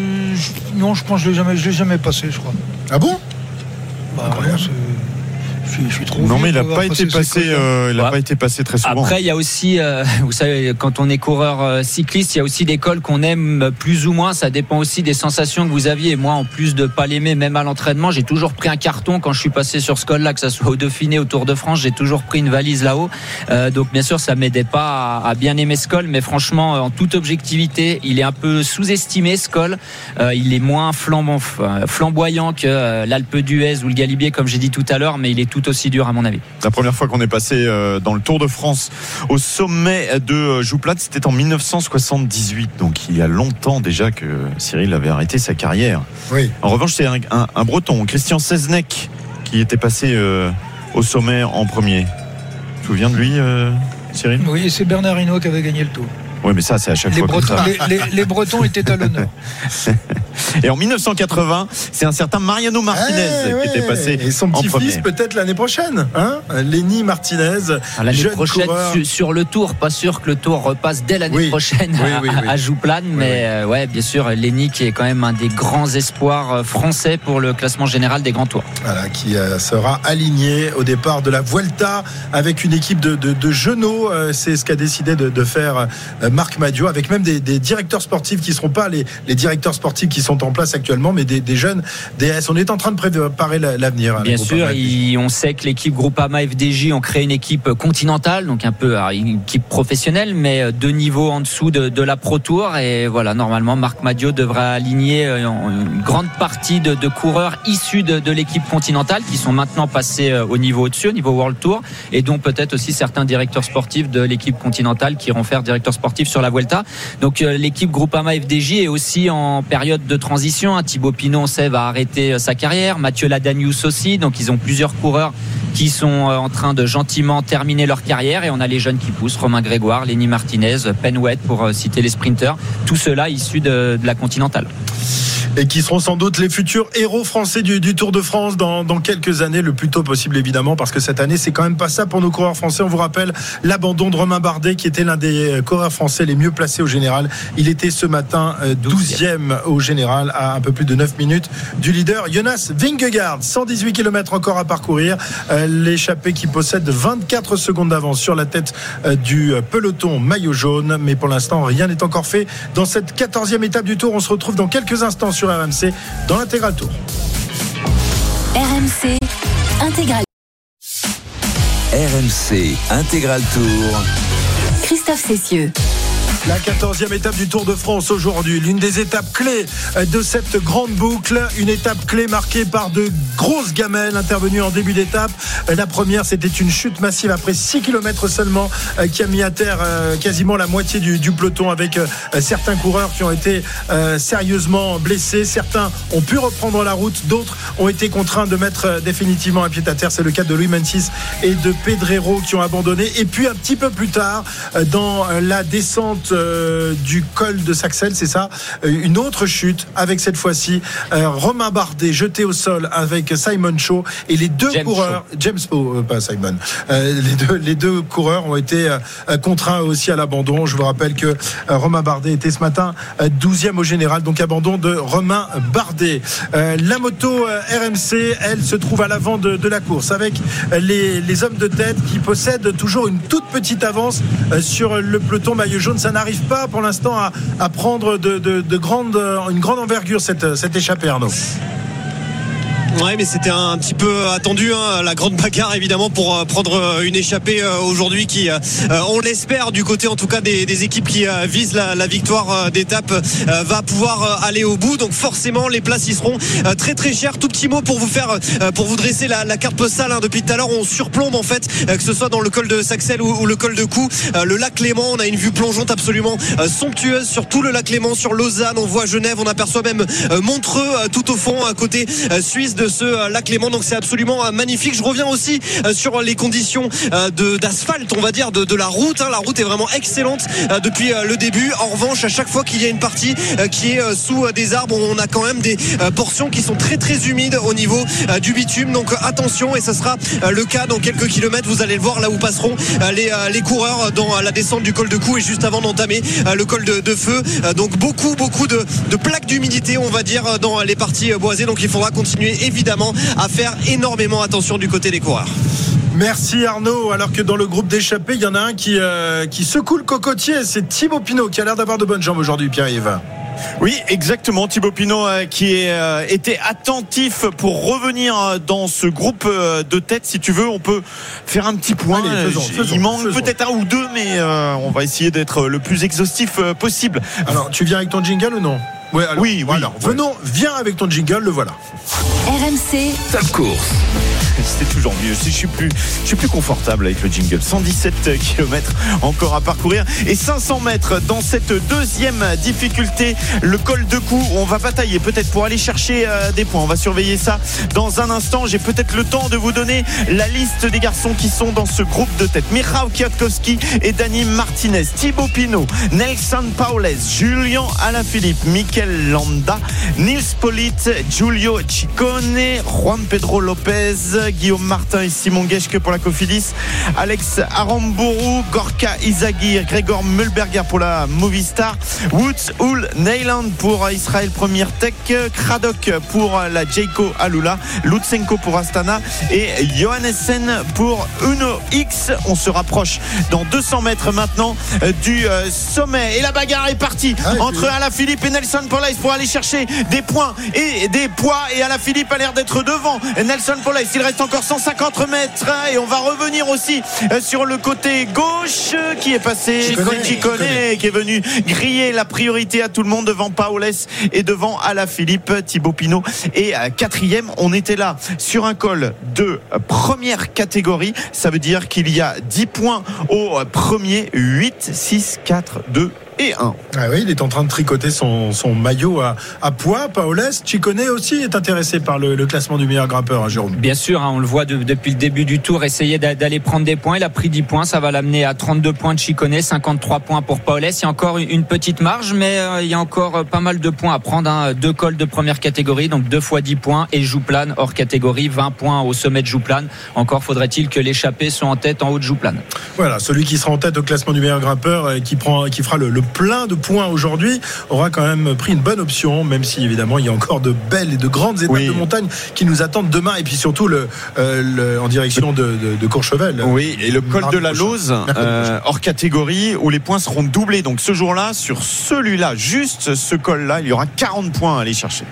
Non, je pense que je l'ai jamais passé, je crois. Ah bon? Non, Je suis trop Non, vieux mais il n'a pour pas avoir été passé passé. Il n'a pas été passé très souvent. Après, il y a aussi, vous savez, quand on est coureur cycliste, il y a aussi des cols qu'on aime plus ou moins. Ça dépend aussi des sensations que vous aviez. Et moi, en plus de pas l'aimer, même à l'entraînement, j'ai toujours pris un carton quand je suis passé sur ce col-là, que ça soit au Dauphiné, au Tour de France. J'ai toujours pris une valise là-haut. Donc, bien sûr, ça m'aidait pas à bien aimer ce col. Mais franchement, en toute objectivité, il est un peu sous-estimé ce col. Il est moins flamboyant que l'Alpe d'Huez ou le Galibier, comme j'ai dit tout à l'heure, mais il est tout aussi dur à mon avis. La première fois qu'on est passé dans le Tour de France au sommet de Jouplate, c'était en 1978, donc il y a longtemps déjà que Cyril avait arrêté sa carrière. Oui. En revanche, c'est un Breton, Christian Seznec, qui était passé au sommet en premier. Tu te souviens de lui, Cyril ? Oui, c'est Bernard Hinault qui avait gagné le Tour. Oui, mais ça, c'est à chaque fois Bretons, comme ça. les Bretons étaient à l'honneur. Et en 1980, c'est un certain Mariano Martinez qui était passé et son petit-fils peut-être l'année prochaine, hein, Lenny Martinez, l'année jeune prochaine coureur. sur le Tour, pas sûr que le Tour repasse dès l'année prochaine à Jouplane, mais ouais, bien sûr, Lenny qui est quand même un des grands espoirs français pour le classement général des grands tours. Voilà, qui sera aligné au départ de la Vuelta avec une équipe de genoux. C'est ce qu'a décidé de faire Marc Madiot, avec même des directeurs sportifs qui ne seront pas les directeurs sportifs qui sont en place actuellement, mais des jeunes DS. On est en train de préparer l'avenir. Bien sûr, on sait que l'équipe Groupama FDJ ont créé une équipe continentale, donc un peu une équipe professionnelle, mais 2 niveaux en dessous de la Pro Tour. Et voilà, normalement, Marc Madiot devra aligner une grande partie de coureurs issus de l'équipe continentale qui sont maintenant passés au niveau au-dessus, au niveau World Tour, et dont peut-être aussi certains directeurs sportifs de l'équipe continentale qui iront faire directeur sportif sur la Vuelta. Donc l'équipe Groupama FDJ est aussi en période de transition. Thibaut Pinot, on sait, va arrêter sa carrière. Mathieu Ladanius aussi. Donc ils ont plusieurs coureurs qui sont en train de gentiment terminer leur carrière, et on a les jeunes qui poussent, Romain Grégoire, Lenny Martinez, Penwet pour citer les sprinteurs, tout cela issus de la continentale. Et qui seront sans doute les futurs héros français du Tour de France dans quelques années, le plus tôt possible évidemment, parce que cette année c'est quand même pas ça pour nos coureurs français. On vous rappelle l'abandon de Romain Bardet, qui était l'un des coureurs français les mieux placés au général. Il était ce matin 12e au général, à un peu plus de 9 minutes du leader Jonas Vingegaard. 118 km encore à parcourir, l'échappée qui possède 24 secondes d'avance sur la tête du peloton maillot jaune, mais pour l'instant rien n'est encore fait dans cette 14e étape du Tour. On se retrouve dans quelques instants sur RMC dans l'Intégral Tour. RMC Intégral. RMC Intégral Tour. Christophe Cessieux. La 14e étape du Tour de France aujourd'hui, l'une des étapes clés de cette grande boucle, une étape clé marquée par de grosses gamelles intervenues en début d'étape. La première, c'était une chute massive après 6 km seulement, qui a mis à terre quasiment la moitié du peloton, avec certains coureurs qui ont été sérieusement blessés. Certains ont pu reprendre la route, d'autres ont été contraints de mettre définitivement un pied à terre. C'est le cas de Louis Mentis et de Pedrero qui ont abandonné. Et puis un petit peu plus tard, dans la descente du col de Saxel, c'est ça, une autre chute avec cette fois-ci Romain Bardet jeté au sol avec Simon Shaw, et les deux coureurs James Shaw, pas Simon, les deux coureurs ont été contraints aussi à l'abandon. Je vous rappelle que Romain Bardet était ce matin 12e au général, donc abandon de Romain Bardet. La moto RMC, elle se trouve à l'avant de la course, avec les hommes de tête qui possèdent toujours une toute petite avance sur le peloton maillot jaune. Ça n'arrive pas pour l'instant à prendre une grande envergure cette échappée, Arnaud. Ouais, mais c'était un petit peu attendu, hein, la grande bagarre évidemment pour prendre une échappée aujourd'hui qui, on l'espère, du côté en tout cas des équipes qui visent la victoire d'étape, va pouvoir aller au bout. Donc forcément les places y seront très très chères. Tout petit mot pour vous dresser la carte postale, hein. Depuis tout à l'heure on surplombe en fait, que ce soit dans le col de Saxel ou le col de Cou, le lac Léman. On a une vue plongeante absolument somptueuse sur tout le lac Léman, sur Lausanne, on voit Genève, on aperçoit même Montreux tout au fond, côté suisse de ce lac Léman. Donc c'est absolument magnifique. Je reviens aussi sur les conditions d'asphalte, on va dire, de la route, hein. La route est vraiment excellente depuis le début. En revanche, à chaque fois qu'il y a une partie qui est sous des arbres, on a quand même des portions qui sont très très humides au niveau du bitume. Donc attention, et ça sera le cas dans quelques kilomètres. Vous allez le voir là où passeront les coureurs dans la descente du col de Cou et juste avant d'entamer le col de Feu. Donc beaucoup de plaques d'humidité, on va dire, dans les parties boisées. Donc il faudra continuer évidemment évidemment à faire énormément attention du côté des coureurs. Merci Arnaud. Alors que dans le groupe d'échappés, il y en a un qui secoue le cocotier. C'est Thibaut Pinot qui a l'air d'avoir de bonnes jambes aujourd'hui, Pierre-Yves. Oui, exactement. Thibaut Pinot qui était attentif pour revenir dans ce groupe de tête. Si tu veux, on peut faire un petit point. Allez, il manque peut-être un ou deux, mais on va essayer d'être le plus exhaustif possible. Alors, tu viens avec ton jingle ou non ? Ouais, alors, oui. Alors, viens avec ton jingle, le voilà. RMC Top Course. C'est toujours mieux. Je suis plus confortable avec le jingle. 117 km encore à parcourir et 500 mètres dans cette deuxième difficulté, le col de Cou. On va batailler peut-être pour aller chercher des points. On va surveiller ça dans un instant. J'ai peut-être le temps de vous donner la liste des garçons qui sont dans ce groupe de tête. Michał Kwiatkowski et Dani Martinez, Thibaut Pinot, Nelson Paules, Julian Alaphilippe, Mikel Landa, Nils Politt, Giulio Ciccone, Juan Pedro Lopez, Guillaume Martin et Simon Geschke pour la Cofidis, Alex Aramburu, Gorka Izagir, Gregor Mühlberger pour la Movistar, Woods Hull Neyland pour Israël Premier Tech, Kradok pour la Jayco Alula, Lutsenko pour Astana et Johannessen pour Uno X. On se rapproche dans 200 mètres maintenant du sommet et la bagarre est partie entre Alaphilippe et Nelson Paules pour aller chercher des points et des poids, et Alaphilippe a l'air d'être devant Nelson Paules. Il reste encore 150 mètres et on va revenir aussi sur le côté gauche qui est passé Ciccone qui est venu griller la priorité à tout le monde devant Paules et devant Alaphilippe. Thibaut Pinot est quatrième. On était là sur un col de première catégorie, ça veut dire qu'il y a 10 points au premier. 8, 6, 4, 2 et 1. Ah oui, il est en train de tricoter son maillot à poids. Paules, Ciccone aussi est intéressé par le classement du meilleur grimpeur, Jérôme. Bien sûr, on le voit depuis le début du tour, essayer d'aller prendre des points. Il a pris 10 points, ça va l'amener à 32 points de Ciccone, 53 points pour Paules. Il y a encore une petite marge, mais il y a encore pas mal de points à prendre. 2 cols de première catégorie, donc 2 fois 10 points, et Jouplane hors catégorie, 20 points au sommet de Jouplane. Encore faudrait-il que l'échappé soit en tête en haut de Jouplane. Voilà, celui qui sera en tête au classement du meilleur grimpeur et qui fera le plein de points aujourd'hui aura quand même pris une bonne option, même si évidemment il y a encore de belles et de grandes étapes de montagne qui nous attendent demain, et puis surtout en direction de Courchevel. Oui, et le col de la Lose hors catégorie où les points seront doublés. Donc ce jour-là, sur celui-là, juste ce col-là, il y aura 40 points à aller chercher.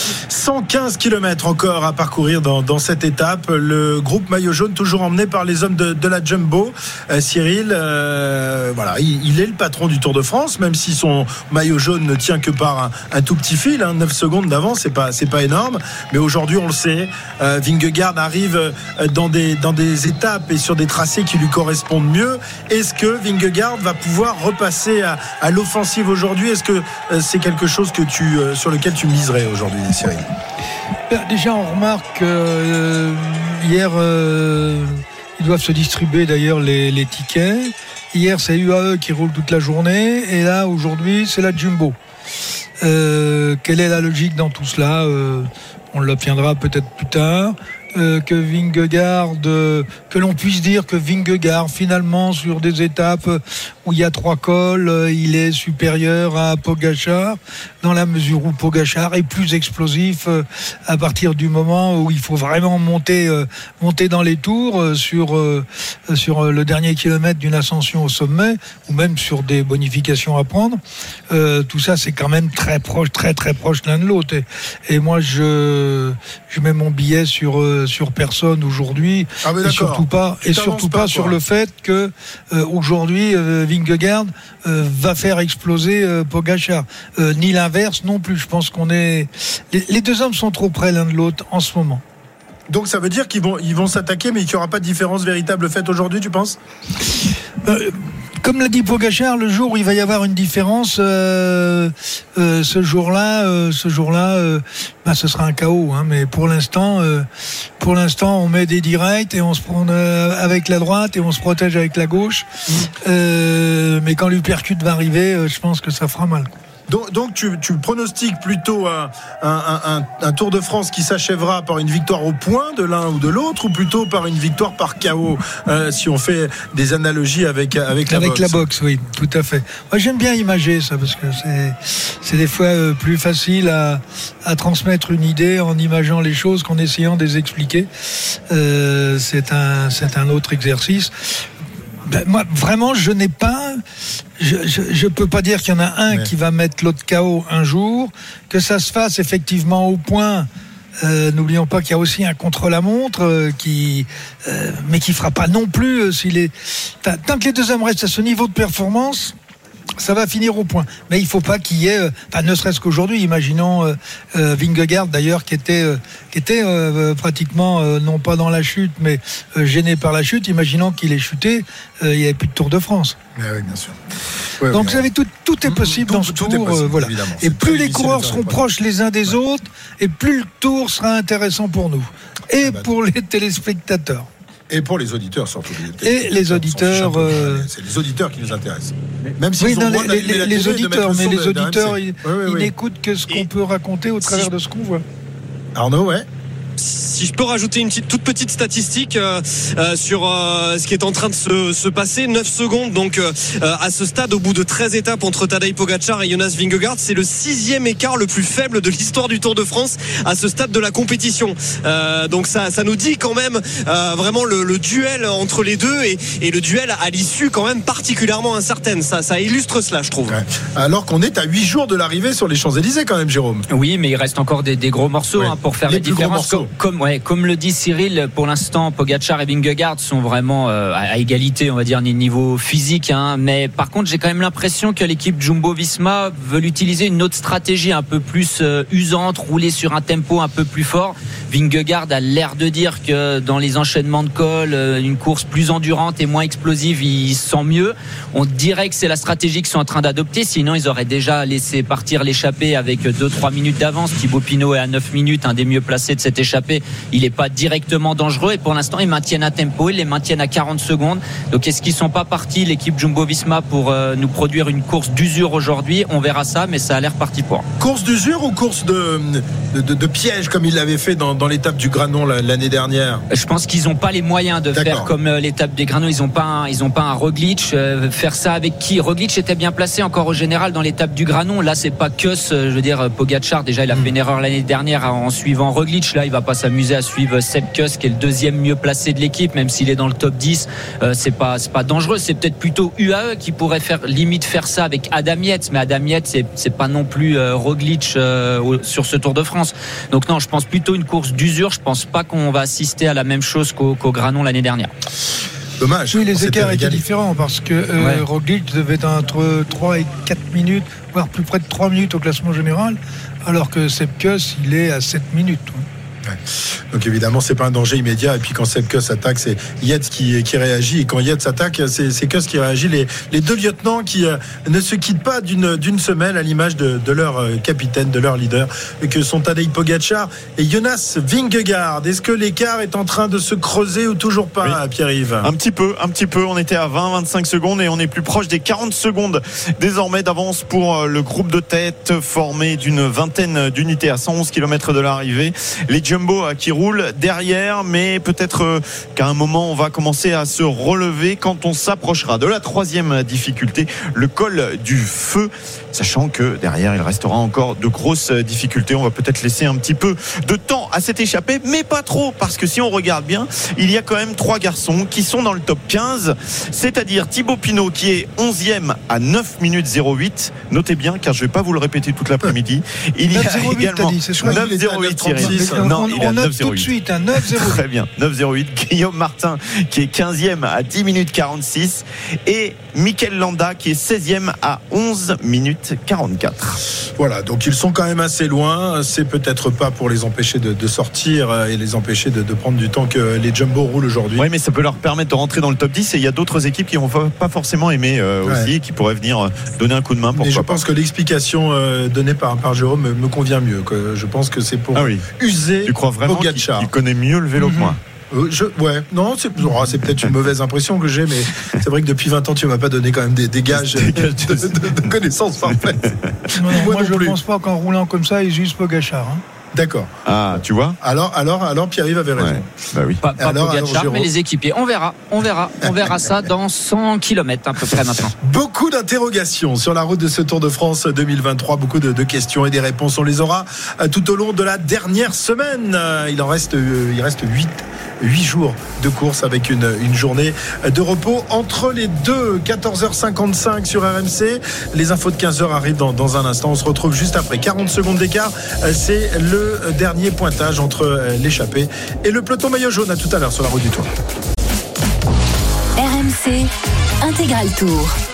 115 km encore à parcourir dans cette étape. Le groupe maillot jaune toujours emmené par les hommes de la Jumbo. Cyril, voilà, il est le patron du Tour de France, même si son maillot jaune ne tient que par un tout petit fil, 9 secondes d'avance, c'est pas énorme, mais aujourd'hui on le sait, Vingegaard arrive dans des étapes et sur des tracés qui lui correspondent mieux. Est-ce que Vingegaard va pouvoir repasser à l'offensive aujourd'hui? Est-ce que c'est quelque chose sur lequel tu miserais aujourd'hui, Cyril? Déjà on remarque hier ils doivent se distribuer d'ailleurs les tickets. Hier, c'est UAE qui roule toute la journée, et là, aujourd'hui, c'est la Jumbo. Quelle est la logique dans tout cela? On l'obtiendra peut-être plus tard. Que Vingegaard, que l'on puisse dire que Vingegaard, finalement, sur des étapes où il y a 3 cols, il est supérieur à Pogačar, dans la mesure où Pogačar est plus explosif à partir du moment où il faut vraiment monter dans les tours sur le dernier kilomètre d'une ascension au sommet, ou même sur des bonifications à prendre. Tout ça, c'est quand même très proche, très très proche l'un de l'autre. Et moi, je mets mon billet sur personne aujourd'hui, et surtout pas sur le fait que aujourd'hui Vingegaard va faire exploser Pogačar, ni l'inverse non plus. Je pense les deux hommes sont trop près l'un de l'autre en ce moment. Donc ça veut dire qu'ils vont s'attaquer, mais qu'il n'y aura pas de différence véritable faite aujourd'hui, tu penses? Comme l'a dit Pogačar, le jour où il va y avoir une différence, ce jour-là, ce sera un chaos. Mais pour l'instant, on met des directs et on se prend avec la droite et on se protège avec la gauche. Mais quand l'uppercut va arriver, je pense que ça fera mal. Donc tu pronostiques plutôt un Tour de France qui s'achèvera par une victoire au point de l'un ou de l'autre, ou plutôt par une victoire par KO, si on fait des analogies avec la boxe. Avec la boxe, oui, tout à fait. Moi, j'aime bien imager ça, parce que c'est des fois plus facile à transmettre une idée en imaginant les choses qu'en essayant de les expliquer. C'est un autre exercice. Moi, vraiment, je peux pas dire qu'il y en a un qui va mettre l'autre KO un jour, que ça se fasse effectivement au point. N'oublions pas qu'il y a aussi un contre-la-montre mais qui fera pas non plus tant que les deux hommes restent à ce niveau de performance, ça va finir au point. Mais il faut pas qu'il y ait, ne serait-ce qu'aujourd'hui, imaginons Vingegaard d'ailleurs qui était pratiquement non pas dans la chute, mais gêné par la chute. Imaginons qu'il ait chuté, il n'y avait plus de Tour de France. Oui, bien sûr. Donc vous savez, tout est possible dans ce tour. Voilà. Et plus les coureurs seront proches les uns des autres, et plus le tour sera intéressant pour nous et pour les téléspectateurs. Et pour les auditeurs surtout. Et les auditeurs. C'est les auditeurs qui nous intéressent. Même si les auditeurs, mais les auditeurs, ils n'écoutent que ce qu'on peut raconter au travers de ce qu'on voit. Arnaud, ouais. Si je peux rajouter une toute petite statistique sur ce qui est en train de se passer, 9 secondes donc à ce stade au bout de 13 étapes entre Tadej Pogačar et Jonas Vingegaard, c'est le 6e écart le plus faible de l'histoire du Tour de France à ce stade de la compétition. Donc ça nous dit quand même vraiment le duel entre les deux et le duel à l'issue quand même particulièrement incertaine. Ça illustre cela, je trouve. Ouais. Alors qu'on est à 8 jours de l'arrivée sur les Champs-Élysées quand même, Jérôme. Oui, mais il reste encore des gros morceaux pour faire la différence. Comme le dit Cyril, pour l'instant, Pogačar et Vingegaard sont vraiment à égalité, on va dire, niveau physique. Mais par contre, j'ai quand même l'impression que l'équipe Jumbo-Visma veut utiliser une autre stratégie un peu plus usante, rouler sur un tempo un peu plus fort. Vingegaard a l'air de dire que dans les enchaînements de col, une course plus endurante et moins explosive, il se sent mieux. On dirait que c'est la stratégie qu'ils sont en train d'adopter. Sinon, ils auraient déjà laissé partir l'échappée avec 2-3 minutes d'avance. Thibaut Pinot est à 9 minutes, un des mieux placés de cette échappée. Il n'est pas directement dangereux et pour l'instant ils maintiennent un tempo, ils les maintiennent à 40 secondes. Donc est-ce qu'ils ne sont pas partis, l'équipe Jumbo-Visma, pour nous produire une course d'usure aujourd'hui? On verra ça, mais ça a l'air parti pour. Course d'usure ou course de piège comme ils l'avaient fait dans l'étape du Granon l'année dernière? Je pense qu'ils n'ont pas les moyens de faire comme l'étape des Granons. Ils n'ont pas un Roglic. Faire ça avec qui? Roglic était bien placé encore au général dans l'étape du Granon. Là c'est pas Kuss, je veux dire Pogačar déjà il a fait une erreur l'année dernière en suivant Roglic. Là il va pas s'amuser à suivre Sepp Kuss qui est le deuxième mieux placé de l'équipe, même s'il est dans le top 10. C'est pas dangereux. C'est peut-être plutôt UAE qui pourrait faire ça avec Adam Yates, mais Adam Yates c'est pas non plus Roglic sur ce Tour de France. Donc non, je pense plutôt une course d'usure. Je pense pas qu'on va assister à la même chose qu'au Granon l'année dernière. Dommage. Oui, les écarts étaient différents parce que Roglic devait être entre 3 et 4 minutes, voire plus près de 3 minutes au classement général, alors que Sepp Kuss il est à 7 minutes. Ouais. Donc évidemment c'est pas un danger immédiat, et puis quand Sepp Kuss attaque c'est Yates qui réagit, et quand Yates attaque c'est Kuss qui réagit. Les deux lieutenants qui ne se quittent pas d'une semelle, à l'image de leur capitaine, de leur leader, que sont Tadej Pogačar et Jonas Vingegaard. Est-ce que l'écart est en train de se creuser ou toujours pas, Pierre-Yves? Un petit peu, on était à 20-25 secondes et on est plus proche des 40 secondes désormais d'avance pour le groupe de tête formé d'une vingtaine d'unités à 111 km de l'arrivée. Les Jumbo qui roule derrière, mais peut-être qu'à un moment on va commencer à se relever quand on s'approchera de la 3e difficulté, le col du Feu, sachant que derrière il restera encore de grosses difficultés. On va peut-être laisser un petit peu de temps à cette échappée, mais pas trop, parce que si on regarde bien, il y a quand même 3 garçons qui sont dans le top 15, c'est-à-dire Thibaut Pinot qui est 11e à 9 minutes 08. Notez bien, car je ne vais pas vous le répéter toute l'après-midi. Il y a également 9,08. Non, il a 9,08 tout de suite, 9,08. Très bien, 9,08. Guillaume Martin qui est 15e à 10 minutes 46 et Mikel Landa qui est 16e à 11 minutes 44. Voilà, donc ils sont quand même assez loin. C'est peut-être pas pour les empêcher de sortir et les empêcher de prendre du temps que les Jumbo roulent aujourd'hui. Oui, mais ça peut leur permettre de rentrer dans le top 10, et il y a d'autres équipes qui vont pas forcément aimer aussi, et qui pourraient venir donner un coup de main. Mais je pense que l'explication donnée par Jérôme me convient mieux. Je pense que c'est pour user. Tu crois vraiment qu'il connaît mieux le vélo que moi? Ouais, non, c'est peut-être une mauvaise impression que j'ai, mais c'est vrai que depuis 20 ans, tu m'as pas donné quand même des gages de connaissances parfaites. Moi, je ne pense pas qu'en roulant comme ça, ils usent Pogačar. D'accord. Ah, tu vois. Alors, Pierre-Yves avait raison. Ouais. Bah oui. Pas Pogačar, mais les équipiers. On verra ça dans 100 km à peu près maintenant. Beaucoup d'interrogations sur la route de ce Tour de France 2023. Beaucoup de questions et des réponses. On les aura tout au long de la dernière semaine. Il reste 8 jours de course avec une journée de repos entre les deux. 14h55 sur RMC. Les infos de 15h arrivent dans un instant. On se retrouve juste après. 40 secondes d'écart. C'est le dernier pointage entre l'échappée et le peloton maillot jaune. À tout à l'heure sur la route du Tour. RMC Intégral Tour.